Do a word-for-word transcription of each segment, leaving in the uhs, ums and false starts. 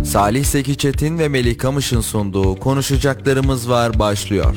Salih Zeki Çetin ve Melih Kamış'ın sunduğu Konuşacaklarımız Var başlıyor.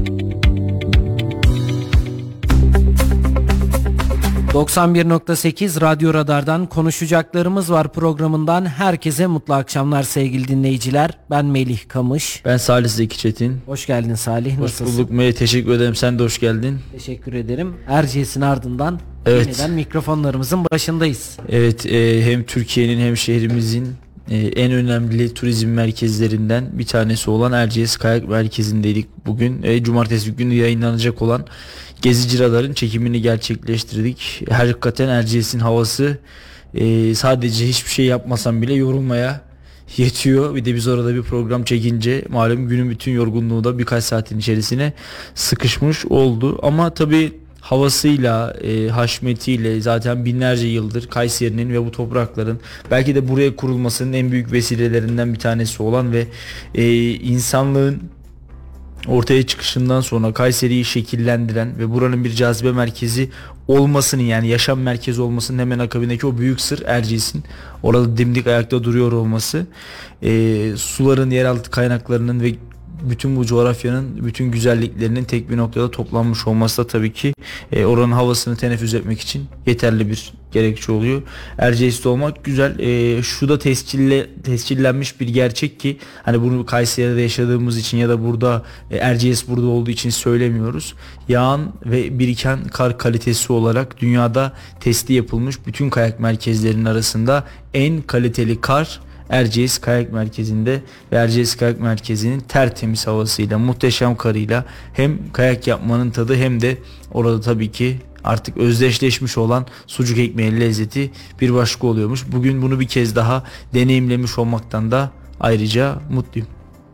doksan bir nokta sekiz Radyo Radar'dan Konuşacaklarımız Var programından herkese mutlu akşamlar sevgili dinleyiciler. Ben Melih Kamış. Ben Salih Zeki Çetin. Hoş geldin Salih. Nasılsın? Hoş bulduk Melih, teşekkür ederim. Sen de hoş geldin. Teşekkür ederim. Erciyes'in ardından evet. yeniden mikrofonlarımızın başındayız. Evet, e, hem Türkiye'nin hem şehrimizin e, en önemli turizm merkezlerinden bir tanesi olan Erciyes Kayak Merkezi'ndeydik bugün. E, Cumartesi günü yayınlanacak olan Gezici Radar'ın çekimini gerçekleştirdik. Hakikaten Erciyes'in havası e, sadece hiçbir şey yapmasam bile yorulmaya yetiyor. Bir de biz orada bir program çekince malum günün bütün yorgunluğu da birkaç saatin içerisine sıkışmış oldu. Ama tabii havasıyla, e, haşmetiyle zaten binlerce yıldır Kayseri'nin ve bu toprakların belki de buraya kurulmasının en büyük vesilelerinden bir tanesi olan ve e, insanlığın ortaya çıkışından sonra Kayseri'yi şekillendiren ve buranın bir cazibe merkezi olmasının, yani yaşam merkezi olmasının hemen akabindeki o büyük sır Erciyes'in orada dimdik ayakta duruyor olması, e, suların, yeraltı kaynaklarının ve bütün bu coğrafyanın bütün güzelliklerinin tek bir noktada toplanmış olması da tabii ki e, oranın havasını teneffüs etmek için yeterli bir gerekçe oluyor. Erciyes'te olmak güzel. E, şu da tescille, tescillenmiş bir gerçek ki hani bunu Kayseri'de yaşadığımız için ya da burada e, Erciyes burada olduğu için söylemiyoruz. Yağan ve biriken kar kalitesi olarak dünyada testi yapılmış bütün kayak merkezlerinin arasında en kaliteli kar Erciyes Kayak Merkezi'nde ve Erciyes Kayak Merkezi'nin tertemiz havasıyla, muhteşem karıyla hem kayak yapmanın tadı hem de orada tabii ki artık özdeşleşmiş olan sucuk ekmeğinin lezzeti bir başka oluyormuş. Bugün bunu bir kez daha deneyimlemiş olmaktan da ayrıca mutluyum.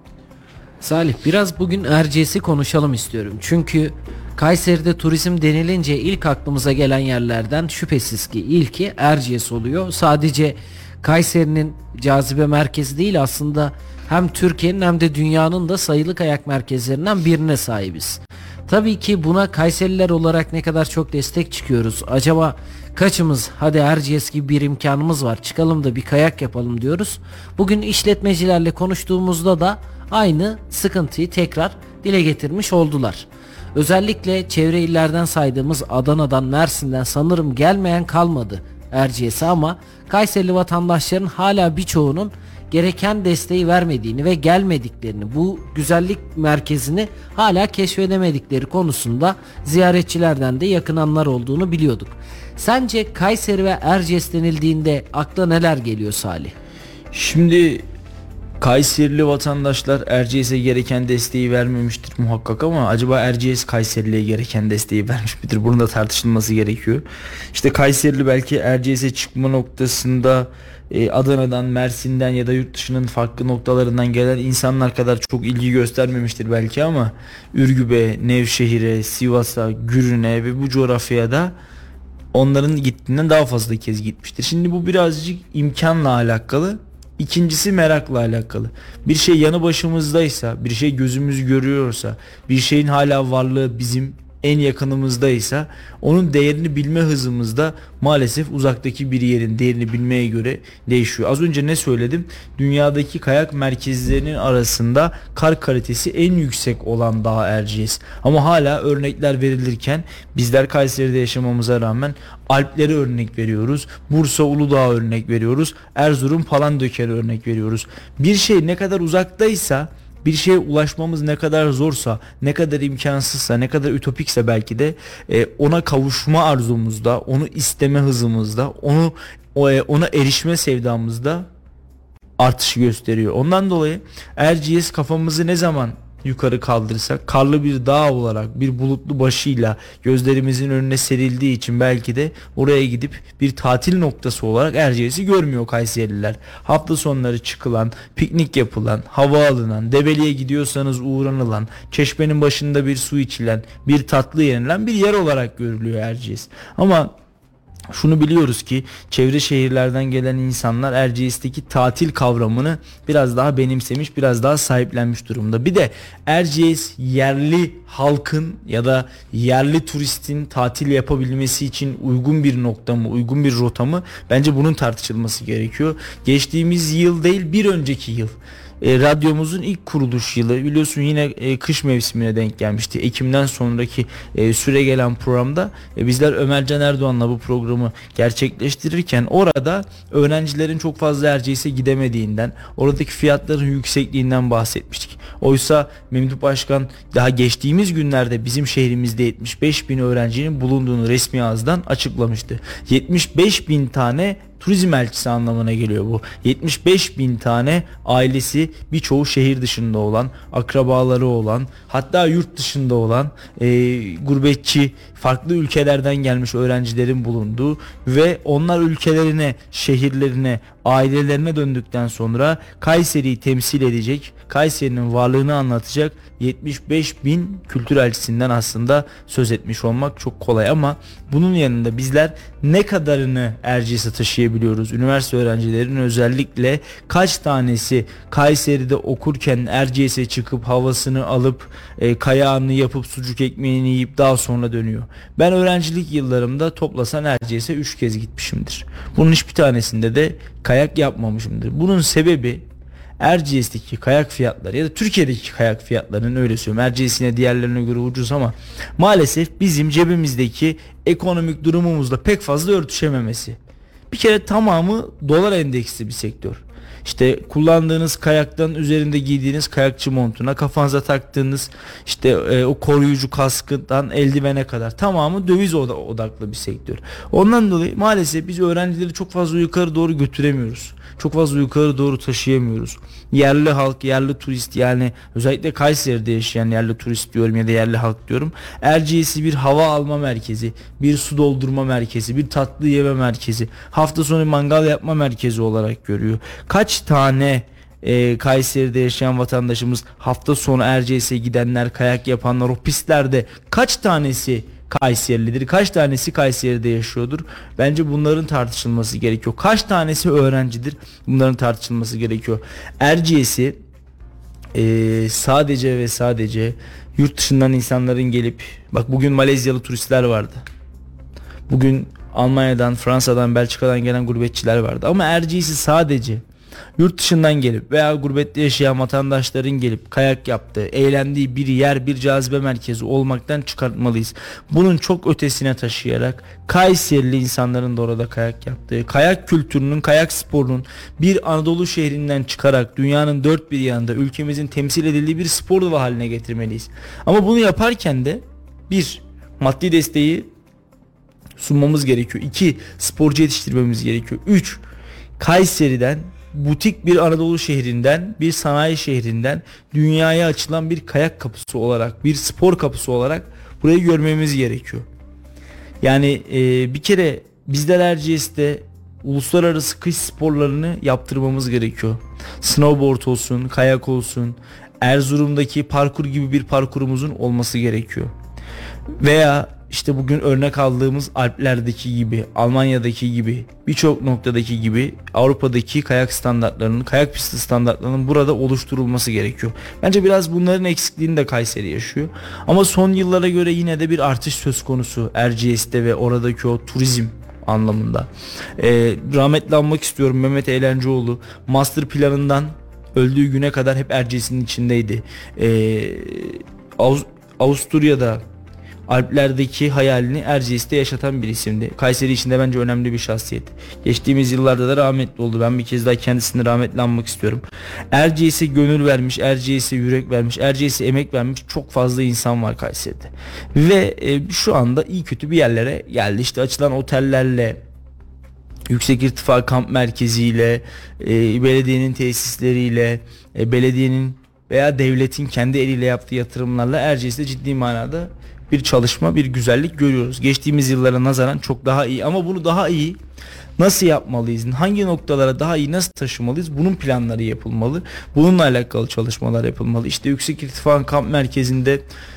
Salih, biraz bugün Erciyes'i konuşalım istiyorum. Çünkü Kayseri'de turizm denilince ilk aklımıza gelen yerlerden şüphesiz ki ilki Erciyes oluyor. Sadece Kayseri'nin cazibe merkezi değil, aslında hem Türkiye'nin hem de dünyanın da sayılı kayak merkezlerinden birine sahibiz. Tabii ki buna Kayseriler olarak ne kadar çok destek çıkıyoruz. Acaba kaçımız hadi Erciyes gibi bir imkanımız var, çıkalım da bir kayak yapalım diyoruz. Bugün işletmecilerle konuştuğumuzda da aynı sıkıntıyı tekrar dile getirmiş oldular. Özellikle çevre illerden saydığımız Adana'dan, Mersin'den sanırım gelmeyen kalmadı Erciyes'e, ama Kayserili vatandaşların hala birçoğunun gereken desteği vermediğini ve gelmediklerini, bu güzellik merkezini hala keşfedemedikleri konusunda ziyaretçilerden de yakınanlar olduğunu biliyorduk. Sence Kayseri ve Erciyes denildiğinde akla neler geliyor Salih? Şimdi Kayserili vatandaşlar Erciyes'e gereken desteği vermemiştir muhakkak, ama acaba Erciyes Kayserili'ye gereken desteği vermiş midir? Bunun da tartışılması gerekiyor. İşte Kayserili belki Erciyes'e çıkma noktasında e, Adana'dan, Mersin'den ya da yurt dışının farklı noktalarından gelen insanlar kadar çok ilgi göstermemiştir belki, ama Ürgüp'e, Nevşehir'e, Sivas'a, Gürün'e ve bu coğrafyaya da onların gittiğinden daha fazla kez gitmiştir. Şimdi bu birazcık imkanla alakalı. İkincisi merakla alakalı. Bir şey yanı başımızdaysa, bir şey gözümüz görüyorsa, bir şeyin hala varlığı bizim en yakınımızdaysa onun değerini bilme hızımız da maalesef uzaktaki bir yerin değerini bilmeye göre değişiyor. Az önce ne söyledim? Dünyadaki kayak merkezlerinin arasında kar kalitesi en yüksek olan dağ Erciyes. Ama hala örnekler verilirken bizler Kayseri'de yaşamamıza rağmen Alplere örnek veriyoruz. Bursa Uludağ'a örnek veriyoruz. Erzurum Palandöken'e örnek veriyoruz. Bir şey ne kadar uzaktaysa, bir şeye ulaşmamız ne kadar zorsa, ne kadar imkansızsa, ne kadar ütopikse belki de e, ona kavuşma arzumuzda, onu isteme hızımızda, onu ona erişme sevdamızda artış gösteriyor. Ondan dolayı Erciyes kafamızı ne zaman yukarı kaldırırsak, karlı bir dağ olarak bir bulutlu başıyla gözlerimizin önüne serildiği için belki de oraya gidip bir tatil noktası olarak Erciyes'i görmüyor Kayserililer. Hafta sonları çıkılan, piknik yapılan, hava alınan, Develi'ye gidiyorsanız uğranılan, çeşmenin başında bir su içilen, bir tatlı yenilen bir yer olarak görülüyor Erciyes. Ama Şunu biliyoruz ki çevre şehirlerden gelen insanlar Erciyes'teki tatil kavramını biraz daha benimsemiş, biraz daha sahiplenmiş durumda. Bir de Erciyes yerli halkın ya da yerli turistin tatil yapabilmesi için uygun bir nokta mı, uygun bir rota mı? Bence bunun tartışılması gerekiyor. Geçtiğimiz yıl değil, bir önceki yıl. E, radyomuzun ilk kuruluş yılı, biliyorsun yine e, kış mevsimine denk gelmişti. Ekim'den sonraki e, süre gelen programda e, bizler Ömercan Erdoğan'la bu programı gerçekleştirirken orada öğrencilerin çok fazla Erciyes'e gidemediğinden, oradaki fiyatların yüksekliğinden bahsetmiştik. Oysa Memduh Başkan daha geçtiğimiz günlerde bizim şehrimizde yetmiş beş bin öğrencinin bulunduğunu resmi ağızdan açıklamıştı. yetmiş beş bin tane turizm elçisi anlamına geliyor bu. yetmiş beş bin tane ailesi, birçoğu şehir dışında olan, akrabaları olan, hatta yurt dışında olan e, gurbetçi, farklı ülkelerden gelmiş öğrencilerin bulunduğu ve onlar ülkelerine, şehirlerine, ailelerine döndükten sonra Kayseri'yi temsil edecek, Kayseri'nin varlığını anlatacak yetmiş beş bin kültür elçisinden aslında söz etmiş olmak çok kolay, ama bunun yanında bizler ne kadarını Erciyes'e taşıyabiliyoruz? Üniversite öğrencilerinin özellikle kaç tanesi Kayseri'de okurken Erciyes'e çıkıp havasını alıp e, kayağını yapıp sucuk ekmeğini yiyip daha sonra dönüyor? Ben öğrencilik yıllarımda toplasan Erciyes'e üç kez gitmişimdir. Bunun hiçbir tanesinde de kayak yapmamışımdır. Bunun sebebi Erciyes'teki kayak fiyatları ya da Türkiye'deki kayak fiyatlarının, öyle söyleyeyim, Erciyes yine diğerlerine göre ucuz ama maalesef bizim cebimizdeki ekonomik durumumuzla pek fazla örtüşememesi. Bir kere tamamı dolar endeksli bir sektör. İşte kullandığınız kayaktan üzerinde giydiğiniz kayakçı montuna, kafanıza taktığınız işte e, o koruyucu kaskından eldivene kadar tamamı döviz odaklı bir sektör. Ondan dolayı maalesef biz öğrencileri çok fazla yukarı doğru götüremiyoruz. Çok fazla yukarı doğru taşıyamıyoruz. Yerli halk, yerli turist, yani özellikle Kayseri'de yaşayan yerli turist diyorum ya da yerli halk diyorum. Erciyes'i bir hava alma merkezi, bir su doldurma merkezi, bir tatlı yeme merkezi, hafta sonu mangal yapma merkezi olarak görüyor. Kaç tane e, Kayseri'de yaşayan vatandaşımız, hafta sonu Erciyes'e gidenler, kayak yapanlar, o pistlerde kaç tanesi Kayserilidir? Kaç tanesi Kayseri'de yaşıyordur? Bence bunların tartışılması gerekiyor. Kaç tanesi öğrencidir? Bunların tartışılması gerekiyor. Erciyes'i e, sadece ve sadece yurt dışından insanların gelip, bak bugün Malezyalı turistler vardı. Bugün Almanya'dan, Fransa'dan, Belçika'dan gelen gurbetçiler vardı. Ama Erciyes'i sadece yurt dışından gelip veya gurbette yaşayan vatandaşların gelip kayak yaptığı, eğlendiği bir yer, bir cazibe merkezi olmaktan çıkartmalıyız. Bunun çok ötesine taşıyarak Kayserili insanların da orada kayak yaptığı, kayak kültürünün, kayak sporunun bir Anadolu şehrinden çıkarak dünyanın dört bir yanında ülkemizin temsil edildiği bir spor dalı haline getirmeliyiz. Ama bunu yaparken de bir, maddi desteği sunmamız gerekiyor. İki, sporcu yetiştirmemiz gerekiyor. Üç, Kayseri'den, butik bir Anadolu şehrinden, bir sanayi şehrinden dünyaya açılan bir kayak kapısı olarak, bir spor kapısı olarak burayı görmemiz gerekiyor. Yani e, bir kere bizler Erciyes'te uluslararası kış sporlarını yaptırmamız gerekiyor. Snowboard olsun, kayak olsun, Erzurum'daki parkur gibi bir parkurumuzun olması gerekiyor. Veya İşte bugün örnek aldığımız Alplerdeki gibi, Almanya'daki gibi, birçok noktadaki gibi Avrupa'daki kayak standartlarının, kayak pisti standartlarının burada oluşturulması gerekiyor. Bence biraz bunların eksikliğini de Kayseri yaşıyor. Ama son yıllara göre yine de bir artış söz konusu Erciyes'te ve oradaki o turizm anlamında. Ee, rahmetli anmak istiyorum, Mehmet Eğlencioğlu master planından öldüğü güne kadar hep Erciyes'in içindeydi. Ee, Av- Avusturya'da Alplerdeki hayalini Erciyes'te yaşatan bir isimdi. Kayseri içinde bence önemli bir şahsiyet. Geçtiğimiz yıllarda da rahmetli oldu. Ben bir kez daha kendisini rahmetli anmak istiyorum. Erciyes'e gönül vermiş, Erciyes'e yürek vermiş, Erciyes'e emek vermiş çok fazla insan var Kayseri'de. Ve e, şu anda iyi kötü bir yerlere geldi. İşte açılan otellerle, yüksek irtifa kamp merkeziyle, e, belediyenin tesisleriyle, e, belediyenin veya devletin kendi eliyle yaptığı yatırımlarla Erciyes'te ciddi manada bir çalışma, bir güzellik görüyoruz. Geçtiğimiz yıllara nazaran çok daha iyi, ama bunu daha iyi nasıl yapmalıyız? Hangi noktalara daha iyi nasıl taşımalıyız? Bunun planları yapılmalı. Bununla alakalı çalışmalar yapılmalı. İşte yüksek irtifa kamp merkezinde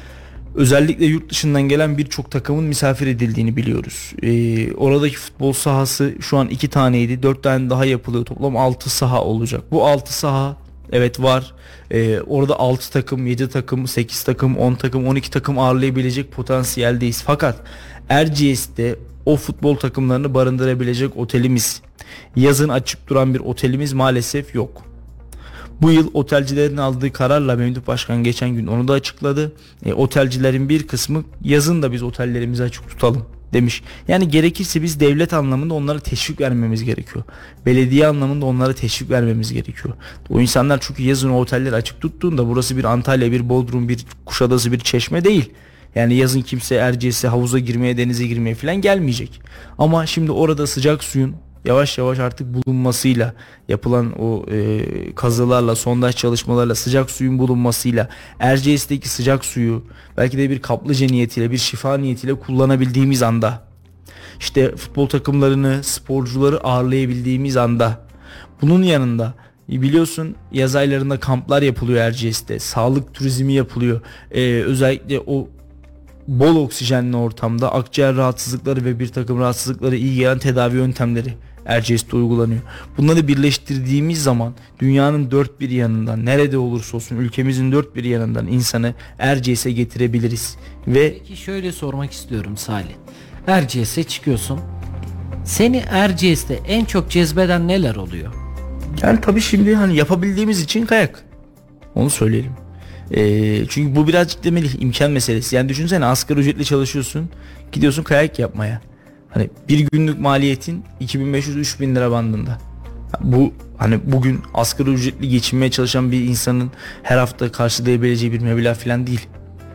Özellikle yurt dışından gelen birçok takımın misafir edildiğini biliyoruz. Ee, oradaki futbol sahası şu an iki taneydi. Dört tane daha yapılıyor. Toplam altı saha olacak. Bu altı saha evet var. Ee, orada altı takım, yedi takım, sekiz takım, on takım, on iki takım ağırlayabilecek potansiyeldeyiz. Fakat Erciyes'te o futbol takımlarını barındırabilecek otelimiz, yazın açık duran bir otelimiz maalesef yok. Bu yıl otelcilerin aldığı kararla Memduh Başkan geçen gün onu da açıkladı. E, otelcilerin bir kısmı yazın da biz otellerimizi açık tutalım demiş. Yani gerekirse biz devlet anlamında onlara teşvik vermemiz gerekiyor. Belediye anlamında onlara teşvik vermemiz gerekiyor. O insanlar çünkü yazın o otelleri açık tuttuğunda burası bir Antalya, bir Bodrum, bir Kuşadası, bir Çeşme değil. Yani yazın kimse Erciyes'e havuza girmeye, denize girmeye falan gelmeyecek. Ama şimdi orada sıcak suyun yavaş yavaş artık bulunmasıyla, yapılan o e, kazılarla, sondaj çalışmalarla, sıcak suyun bulunmasıyla, Erciyes'teki sıcak suyu belki de bir kaplıca niyetiyle, bir şifa niyetiyle kullanabildiğimiz anda, işte futbol takımlarını, sporcuları ağırlayabildiğimiz anda, bunun yanında biliyorsun yaz aylarında kamplar yapılıyor Erciyes'te, sağlık turizmi yapılıyor. E, özellikle o bol oksijenli ortamda akciğer rahatsızlıkları ve bir takım rahatsızlıklara iyi gelen tedavi yöntemleri Erciyes'te uygulanıyor. Bunları birleştirdiğimiz zaman dünyanın dört bir yanından, nerede olursa olsun ülkemizin dört bir yanından insanı Erciyes'e getirebiliriz. Ve peki şöyle sormak istiyorum Salih. Erciyes'e çıkıyorsun. Seni Erciyes'te en çok cezbeden neler oluyor? yani tabii şimdi hani yapabildiğimiz için kayak. Onu söyleyelim. Ee, çünkü bu birazcık demeli imkan meselesi. Yani düşünsene asgari ücretle çalışıyorsun, gidiyorsun kayak yapmaya. Hani bir günlük maliyetin iki bin beş yüz üç bin lira bandında. Bu hani bugün asgari ücretli geçinmeye çalışan bir insanın her hafta karşılayabileceği bir meblağ falan değil.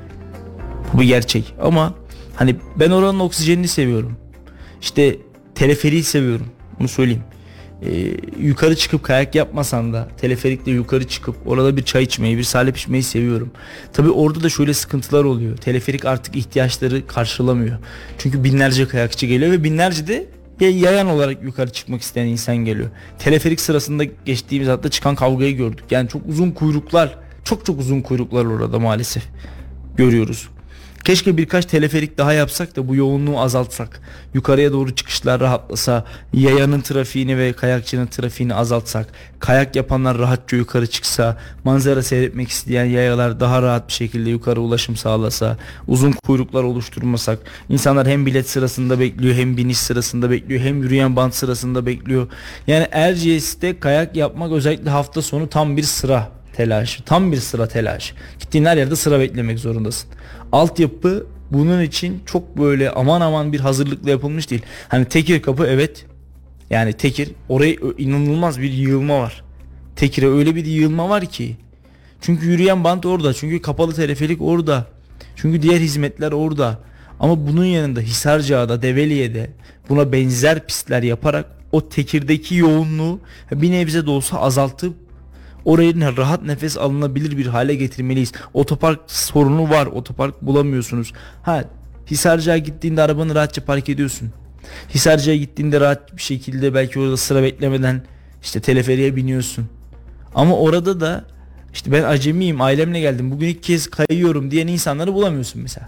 Bu bir gerçek. Ama hani ben oranın oksijenini seviyorum. İşte teleferiği seviyorum. Bunu söyleyeyim. Ee, yukarı çıkıp kayak yapmasam da teleferikle yukarı çıkıp orada bir çay içmeyi, bir salep içmeyi seviyorum. Tabii orada da şöyle sıkıntılar oluyor. Teleferik artık ihtiyaçları karşılamıyor. Çünkü binlerce kayakçı geliyor ve binlerce de yayan olarak yukarı çıkmak isteyen insan geliyor. Teleferik sırasında geçtiğimiz hatta çıkan kavgayı gördük. Yani çok uzun kuyruklar, çok çok uzun kuyruklar orada maalesef görüyoruz. Keşke birkaç teleferik daha yapsak da bu yoğunluğu azaltsak. Yukarıya doğru çıkışlar rahatlasa, yayanın trafiğini ve kayakçının trafiğini azaltsak, kayak yapanlar rahatça yukarı çıksa, manzara seyretmek isteyen yayalar daha rahat bir şekilde yukarı ulaşım sağlasa, uzun kuyruklar oluşturmasak, insanlar hem bilet sırasında bekliyor, hem biniş sırasında bekliyor, hem yürüyen bant sırasında bekliyor. Yani Erciyes'te kayak yapmak özellikle hafta sonu tam bir sıra telaşı, tam bir sıra telaşı. Gittiğin her yerde sıra beklemek zorundasın. Altyapı bunun için çok böyle aman aman bir hazırlıkla yapılmış değil. Hani Tekir Kapı evet. Yani Tekir oraya inanılmaz bir yığılma var. Tekir'e öyle bir yığılma var ki. Çünkü yürüyen bant orada. Çünkü kapalı teleferik orada. Çünkü diğer hizmetler orada. Ama bunun yanında Hisarcık'ta, Develiye'de buna benzer pistler yaparak o Tekir'deki yoğunluğu bir nebze de olsa azaltıp orayı rahat nefes alınabilir bir hale getirmeliyiz. Otopark sorunu var. Otopark bulamıyorsunuz. Ha, Hisarcık'a gittiğinde arabanı rahatça park ediyorsun. Hisarcık'a gittiğinde rahat bir şekilde belki orada sıra beklemeden işte teleferiğe biniyorsun. Ama orada da işte ben acemiyim, ailemle geldim, bugün ilk kez kayıyorum diyen insanları bulamıyorsun mesela.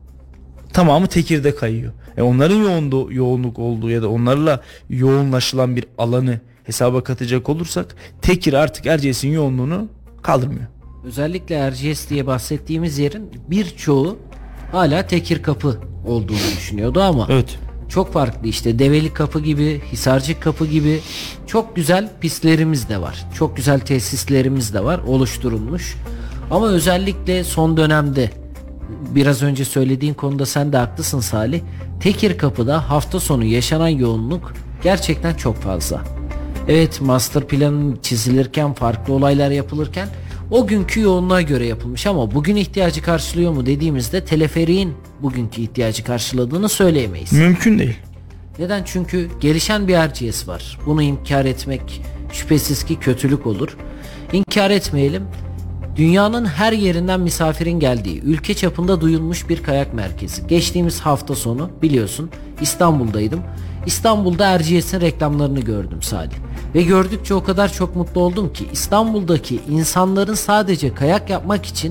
Tamamı Tekir'de kayıyor. E onların yoğunluğu, yoğunluk olduğu ya da onlarla yoğunlaşılan bir alanı hesaba katacak olursak Tekir artık Erciyes'in yoğunluğunu kaldırmıyor. Özellikle Erciyes diye bahsettiğimiz yerin birçoğu hala Tekir Kapı olduğunu düşünüyordu ama evet, çok farklı. İşte Develi Kapı gibi, Hisarcık Kapı gibi çok güzel pistlerimiz de var. Çok güzel tesislerimiz de var oluşturulmuş. Ama özellikle son dönemde biraz önce söylediğin konuda sen de haklısın Salih. Tekir Kapı'da hafta sonu yaşanan yoğunluk gerçekten çok fazla. Evet, master planın çizilirken, farklı olaylar yapılırken o günkü yoğunluğa göre yapılmış ama bugün ihtiyacı karşılıyor mu dediğimizde teleferiğin bugünkü ihtiyacı karşıladığını söyleyemeyiz. Mümkün değil. Neden? Çünkü gelişen bir Erciyes var. Bunu inkar etmek şüphesiz ki kötülük olur. İnkar etmeyelim. Dünyanın her yerinden misafirin geldiği, ülke çapında duyulmuş bir kayak merkezi. Geçtiğimiz hafta sonu biliyorsun İstanbul'daydım. İstanbul'da Erciyes'in reklamlarını gördüm Salih. Ve gördükçe o kadar çok mutlu oldum ki İstanbul'daki insanların sadece kayak yapmak için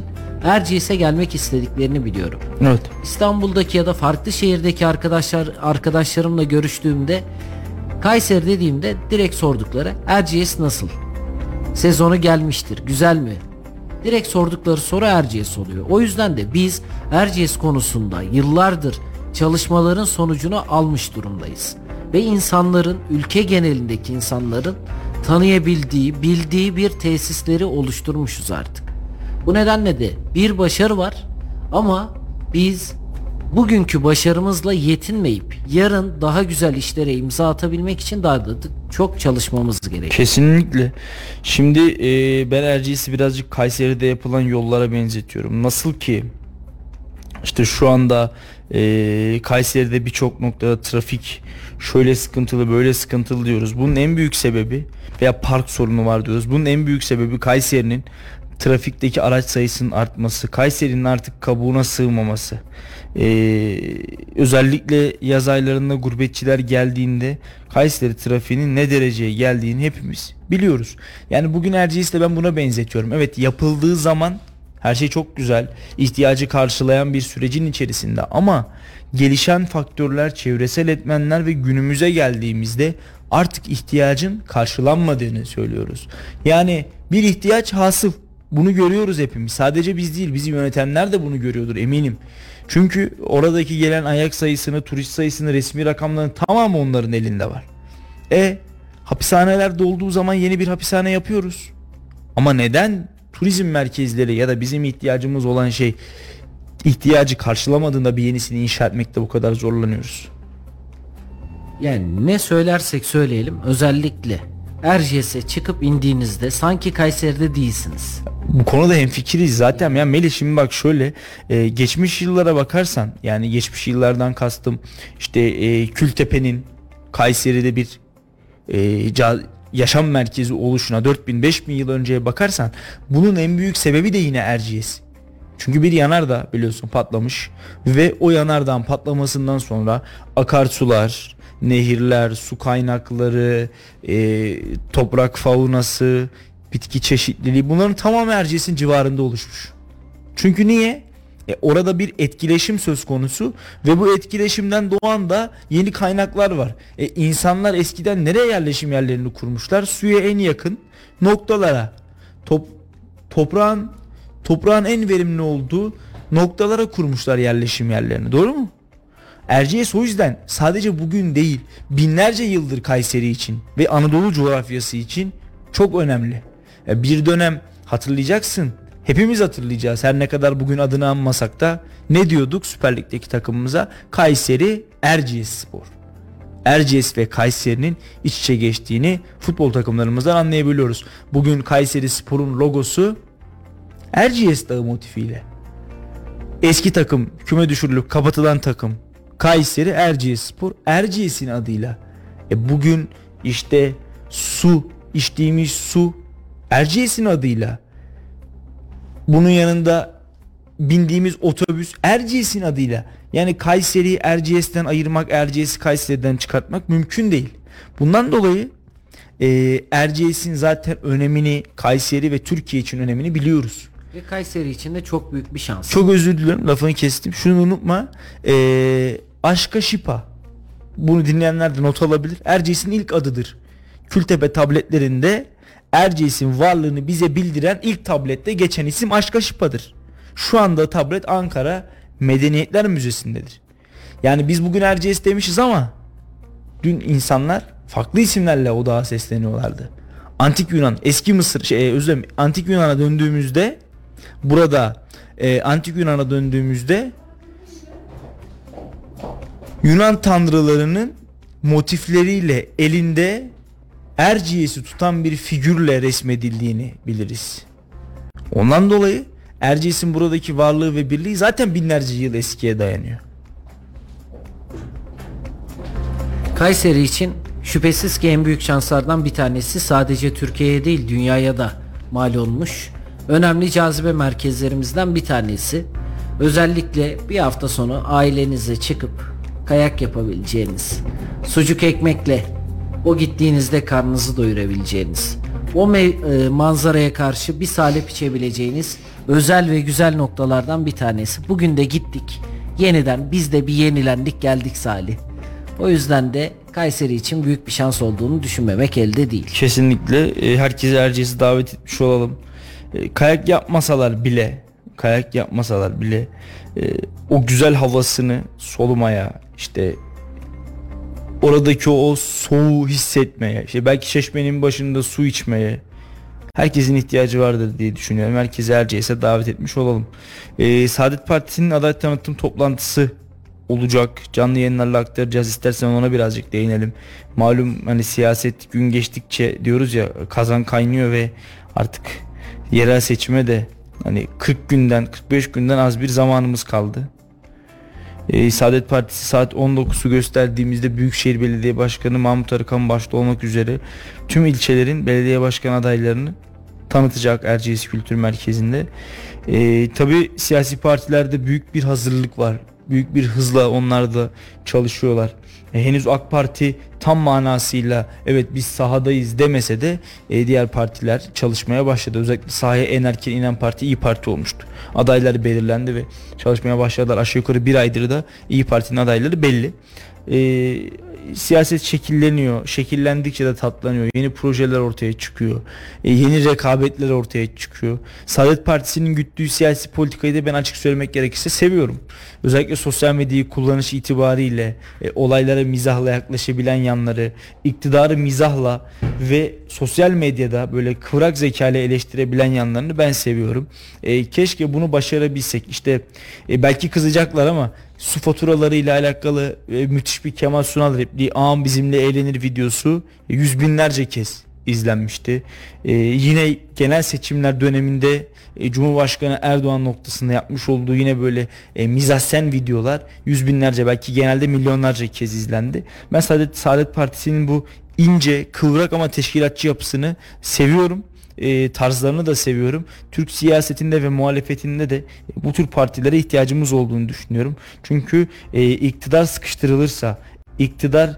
Erciyes'e gelmek istediklerini biliyorum. Evet. İstanbul'daki ya da farklı şehirdeki arkadaşlar arkadaşlarımla görüştüğümde Kayseri dediğimde direkt sordukları Erciyes nasıl? Sezonu gelmiştir, güzel mi? Direkt sordukları soru Erciyes oluyor. O yüzden de biz Erciyes konusunda yıllardır çalışmaların sonucunu almış durumdayız. Ve insanların, ülke genelindeki insanların tanıyabildiği, bildiği bir tesisleri oluşturmuşuz artık. Bu nedenle de bir başarı var ama biz bugünkü başarımızla yetinmeyip yarın daha güzel işlere imza atabilmek için daha da çok çalışmamız gerekiyor. Kesinlikle. Şimdi e, ben Erciyes'i birazcık Kayseri'de yapılan yollara benzetiyorum. Nasıl ki işte şu anda e, Kayseri'de birçok noktada trafik şöyle sıkıntılı böyle sıkıntılı diyoruz. Bunun en büyük sebebi veya park sorunu var diyoruz. Bunun en büyük sebebi Kayseri'nin trafikteki araç sayısının artması, Kayseri'nin artık kabuğuna sığmaması. Ee, özellikle yaz aylarında gurbetçiler geldiğinde Kayseri trafiğinin ne dereceye geldiğini hepimiz biliyoruz. Yani bugün Erciyes'te ben buna benzetiyorum. Evet, yapıldığı zaman her şey çok güzel, ihtiyacı karşılayan bir sürecin içerisinde ama gelişen faktörler, çevresel etmenler ve günümüze geldiğimizde artık ihtiyacın karşılanmadığını söylüyoruz. Yani bir ihtiyaç hasıl. Bunu görüyoruz hepimiz. Sadece biz değil, bizi yönetenler de bunu görüyordur eminim. Çünkü oradaki gelen ayak sayısını, turist sayısını, resmi rakamların tamamı onların elinde var. E hapishaneler dolduğu zaman yeni bir hapishane yapıyoruz. Ama neden turizm merkezleri ya da bizim ihtiyacımız olan şey ihtiyacı karşılamadığında bir yenisini inşa etmekte bu kadar zorlanıyoruz? Yani ne söylersek söyleyelim, özellikle Erciyes'e çıkıp indiğinizde sanki Kayseri'de değilsiniz. Bu konuda hemfikiriz zaten. Ya Melih, şimdi bak şöyle, e, geçmiş yıllara bakarsan, yani geçmiş yıllardan kastım işte e, Kültepe'nin Kayseri'de bir e, ca- yaşam merkezi oluşuna dört bin beş bin yıl önceye bakarsan bunun en büyük sebebi de yine Erciyes. Çünkü bir yanardağ biliyorsun patlamış ve o yanardağın patlamasından sonra akarsular, nehirler, su kaynakları, e, toprak faunası, bitki çeşitliliği, bunların tamamı Erciyes'in civarında oluşmuş. Çünkü niye? E, orada bir etkileşim söz konusu ve bu etkileşimden doğan da yeni kaynaklar var. E, insanlar eskiden nereye yerleşim yerlerini kurmuşlar? Suya en yakın noktalara, top, toprağın toprağın en verimli olduğu noktalara kurmuşlar yerleşim yerlerini. Doğru mu? Erciyes o yüzden sadece bugün değil, binlerce yıldır Kayseri için ve Anadolu coğrafyası için çok önemli. Bir dönem hatırlayacaksın, hepimiz hatırlayacağız, her ne kadar bugün adını anmasak da ne diyorduk Süper Lig'deki takımımıza? Kayseri Erciyesspor. Erciyes ve Kayseri'nin iç içe geçtiğini futbol takımlarımızdan anlayabiliyoruz. Bugün Kayserispor'un logosu Erciyes Dağı motifiyle. Eski takım küme düşürülüp kapatılan takım Kayseri Erciyesspor, Erciyes'in adıyla. E bugün işte su, içtiğimiz su Erciyes'in adıyla. Bunun yanında bindiğimiz otobüs Erciyes'in adıyla. Yani Kayseri'yi Erciyes'ten ayırmak, Erciyes'i Kayseri'den çıkartmak mümkün değil. Bundan dolayı e, Erciyes'in zaten önemini, Kayseri ve Türkiye için önemini biliyoruz. Ve Kayseri için de çok büyük bir şans. Çok özür dilerim, lafını kestim. Şunu unutma. Ee, Aşka Şipa. Bunu dinleyenler de not alabilir. Erciyes'in ilk adıdır. Kültepe tabletlerinde Erciyes'in varlığını bize bildiren ilk tablette geçen isim Aşka Şipa'dır. Şu anda tablet Ankara Medeniyetler Müzesi'ndedir. Yani biz bugün Erciyes demişiz ama dün insanlar farklı isimlerle o dağa sesleniyorlardı. Antik Yunan, eski Mısır, şey, özür dilerim, Antik Yunan'a döndüğümüzde burada e, Antik Yunan'a döndüğümüzde Yunan tanrılarının motifleriyle elinde Erciyes'i tutan bir figürle resmedildiğini biliriz. Ondan dolayı Erciyes'in buradaki varlığı ve birliği zaten binlerce yıl eskiye dayanıyor. Kayseri için şüphesiz ki en büyük şanslardan bir tanesi, sadece Türkiye'ye değil dünyaya da mal olmuş önemli cazibe merkezlerimizden bir tanesi. Özellikle bir hafta sonu ailenizle çıkıp kayak yapabileceğiniz, sucuk ekmekle o gittiğinizde karnınızı doyurabileceğiniz, o me- e, manzaraya karşı bir salep içebileceğiniz özel ve güzel noktalardan bir tanesi. Bugün de gittik. Yeniden biz de bir yenilendik geldik Salih. O yüzden de Kayseri için büyük bir şans olduğunu düşünmemek elde değil. Kesinlikle e, herkese Erciyes'e davet etmiş olalım. E, kayak yapmasalar bile, kayak yapmasalar bile e, o güzel havasını solumaya, işte oradaki o soğuğu hissetmeye, işte belki çeşmenin başında su içmeye herkesin ihtiyacı vardır diye düşünüyorum. Herkese Erciyes'e davet etmiş olalım. E, Saadet Partisi'nin aday tanıtım toplantısı olacak. Canlı yayınlarla aktaracağız. İstersen ona birazcık değinelim. Malum hani siyaset gün geçtikçe diyoruz ya, kazan kaynıyor ve artık yerel seçime de hani kırk günden kırk beş günden az bir zamanımız kaldı. Ee, Saadet Partisi saat on dokuzu gösterdiğimizde Büyükşehir Belediye Başkanı Mahmut Arıkan başta olmak üzere tüm ilçelerin belediye başkan adaylarını tanıtacak Erciyes Kültür Merkezi'nde. Ee, tabii siyasi partilerde büyük bir hazırlık var. Büyük bir hızla onlar da çalışıyorlar. E, henüz AK Parti tam manasıyla evet biz sahadayız demese de e, diğer partiler çalışmaya başladı. Özellikle sahaya en erken inen parti İYİ Parti olmuştu. Adaylar belirlendi ve çalışmaya başladılar. Aşağı yukarı bir aydır da İYİ Parti'nin adayları belli. E, siyaset şekilleniyor. Şekillendikçe de tatlanıyor. Yeni projeler ortaya çıkıyor. E, yeni rekabetler ortaya çıkıyor. Saadet Partisi'nin güttüğü siyasi politikayı da ben açık söylemek gerekirse seviyorum. Özellikle sosyal medyayı kullanış itibariyle e, olaylara mizahla yaklaşabilen yanları, iktidarı mizahla ve sosyal medyada böyle kıvrak zekayla eleştirebilen yanlarını ben seviyorum. E, keşke bunu başarabilsek. İşte e, belki kızacaklar ama su faturalarıyla alakalı e, müthiş bir Kemal Sunal repliği, ağam bizimle eğlenir videosu e, yüz binlerce kez izlenmişti. E, yine genel seçimler döneminde e, Cumhurbaşkanı Erdoğan noktasında yapmış olduğu yine böyle e, mizahsen videolar yüz binlerce, belki genelde milyonlarca kez izlendi. Ben Saadet, Saadet Partisi'nin bu ince, kıvrak ama teşkilatçı yapısını seviyorum. E, tarzlarını da seviyorum. Türk siyasetinde ve muhalefetinde de e, bu tür partilere ihtiyacımız olduğunu düşünüyorum. Çünkü e, iktidar sıkıştırılırsa, iktidar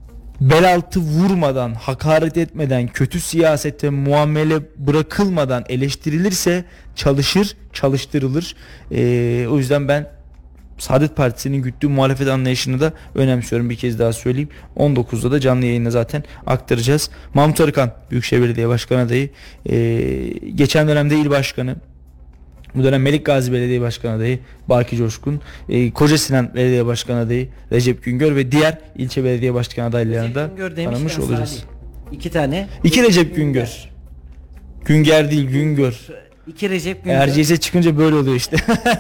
bel altı vurmadan, hakaret etmeden, kötü siyasete muamele bırakılmadan eleştirilirse çalışır, çalıştırılır. E, o yüzden ben Saadet Partisi'nin güttüğü muhalefet anlayışını da önemsiyorum, bir kez daha söyleyeyim. on dokuzda da canlı yayında zaten aktaracağız. Mahmut Arıkan Büyükşehir Belediye Başkanı adayı, ee, geçen dönemde il başkanı, bu dönem Melikgazi Belediye Başkanı adayı Baki Coşkun, e, Kocasinan Belediye Başkanı adayı Recep Güngör ve diğer ilçe belediye başkanı adaylarını da tanımış olacağız. Salih, İki tane. İki Recep Güngör. Günger değil, Güngör. İki Recep Güngör. Erciyes'e çıkınca böyle oluyor işte.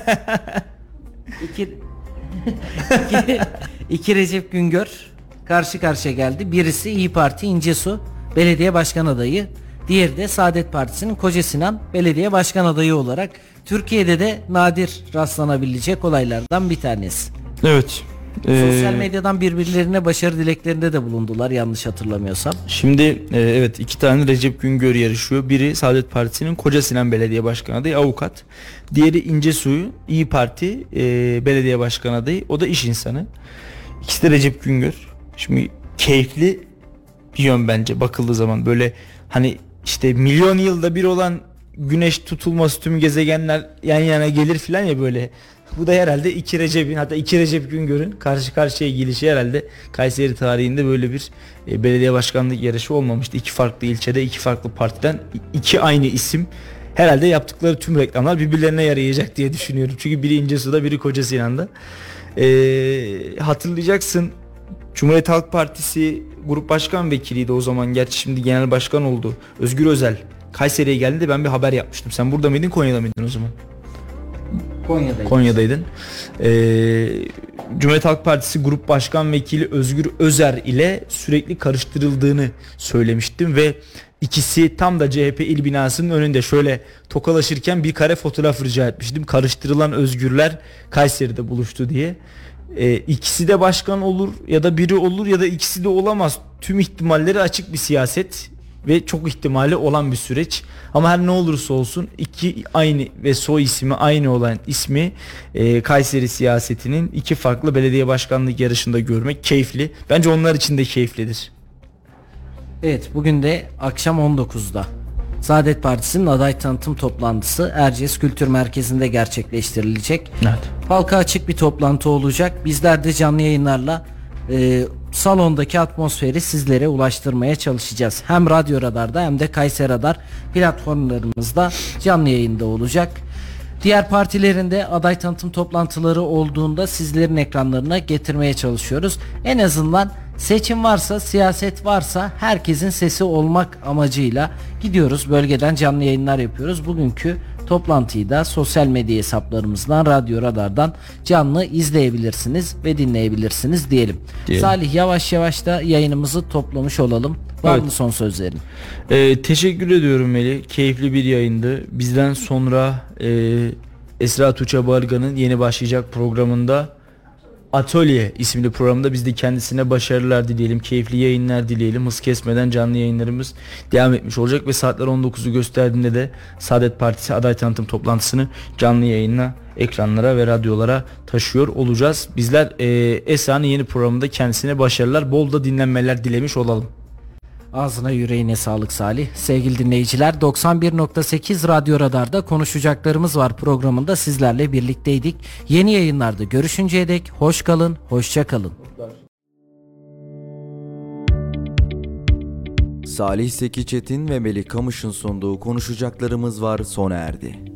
İki, iki, iki Recep Güngör karşı karşıya geldi. Birisi İYİ Parti İncesu Belediye Başkan adayı. Diğeri de Saadet Partisi'nin Kocasinan Belediye Başkan adayı olarak Türkiye'de de nadir rastlanabilecek olaylardan bir tanesi. Evet. Sosyal Ee, medyadan birbirlerine başarı dileklerinde de bulundular yanlış hatırlamıyorsam. Şimdi e, evet, iki tane Recep Güngör yarışıyor. Biri Saadet Partisi'nin Kocasinan Belediye Başkanı adayı, avukat. Diğeri İncesu'yu İYİ Parti e, Belediye Başkanı adayı. O da iş insanı. İkisi de Recep Güngör. Şimdi keyifli bir yön bence bakıldığı zaman. Böyle hani işte milyon yılda bir olan güneş tutulması, tüm gezegenler yan yana gelir filan ya böyle. Bu da herhalde iki Recep'in, hatta iki Recep Güngör'ün karşı karşıya gelişi herhalde Kayseri tarihinde böyle bir e, belediye başkanlık yarışı olmamıştı. İki farklı ilçede, iki farklı partiden iki aynı isim. Herhalde yaptıkları tüm reklamlar birbirlerine yarayacak diye düşünüyorum. Çünkü biri İncesu'da, biri Kocasinan'da. E, hatırlayacaksın, Cumhuriyet Halk Partisi Grup Başkan Vekiliydi o zaman. Gerçi şimdi genel başkan oldu. Özgür Özel Kayseri'ye geldi, ben bir haber yapmıştım. Sen burada mıydın, Konya'da mıydın o zaman? Konya'daydın. Konya'daydın. Ee, Cumhuriyet Halk Partisi Grup Başkan Vekili Özgür Özer ile sürekli karıştırıldığını söylemiştim ve ikisi tam da C H P il binasının önünde şöyle tokalaşırken bir kare fotoğraf rica etmiştim. Karıştırılan özgürler Kayseri'de buluştu diye. Ee, ikisi de başkan olur ya da biri olur ya da ikisi de olamaz. Tüm ihtimalleri açık bir siyaset ve çok ihtimali olan bir süreç. Ama her ne olursa olsun iki aynı ve soy ismi aynı olan ismi e, Kayseri siyasetinin iki farklı belediye başkanlık yarışında görmek keyifli. Bence onlar için de keyiflidir. Evet, bugün de akşam on dokuzda Saadet Partisi'nin aday tanıtım toplantısı Erciyes Kültür Merkezi'nde gerçekleştirilecek. Evet. Halka açık bir toplantı olacak. Bizler de canlı yayınlarla e, salondaki atmosferi sizlere ulaştırmaya çalışacağız. Hem Radyo Radar'da hem de Kayseri Radar platformlarımızda canlı yayında olacak. Diğer partilerin de aday tanıtım toplantıları olduğunda sizlerin ekranlarına getirmeye çalışıyoruz. En azından seçim varsa, siyaset varsa herkesin sesi olmak amacıyla gidiyoruz. Bölgeden canlı yayınlar yapıyoruz. Bugünkü toplantıyı da sosyal medya hesaplarımızdan, Radyo Radar'dan canlı izleyebilirsiniz ve dinleyebilirsiniz diyelim. Diyelim. Salih, yavaş yavaş da yayınımızı toplamış olalım. Var Evet. mı son sözlerin? Ee, teşekkür ediyorum Melih. Keyifli bir yayındı. Bizden sonra e, Esra Tuğçe Bargan'ın yeni başlayacak programında, Atölye isimli programda biz de kendisine başarılar dileyelim. Keyifli yayınlar dileyelim. Hız kesmeden canlı yayınlarımız devam etmiş olacak ve saatler on dokuzu gösterdiğinde de Saadet Partisi aday tanıtım toplantısını canlı yayınla ekranlara ve radyolara taşıyor olacağız. Bizler e, Esra'nın yeni programında kendisine başarılar, bol da dinlenmeler dilemiş olalım. Ağzına yüreğine sağlık Salih. Sevgili dinleyiciler, doksan bir nokta sekiz Radyo Radar'da konuşacaklarımız var programında sizlerle birlikteydik. Yeni yayınlarda görüşünceye dek hoş kalın, hoşça kalın. Salih Zeki Çetin ve Melih Kamış'ın sunduğu konuşacaklarımız var sona erdi.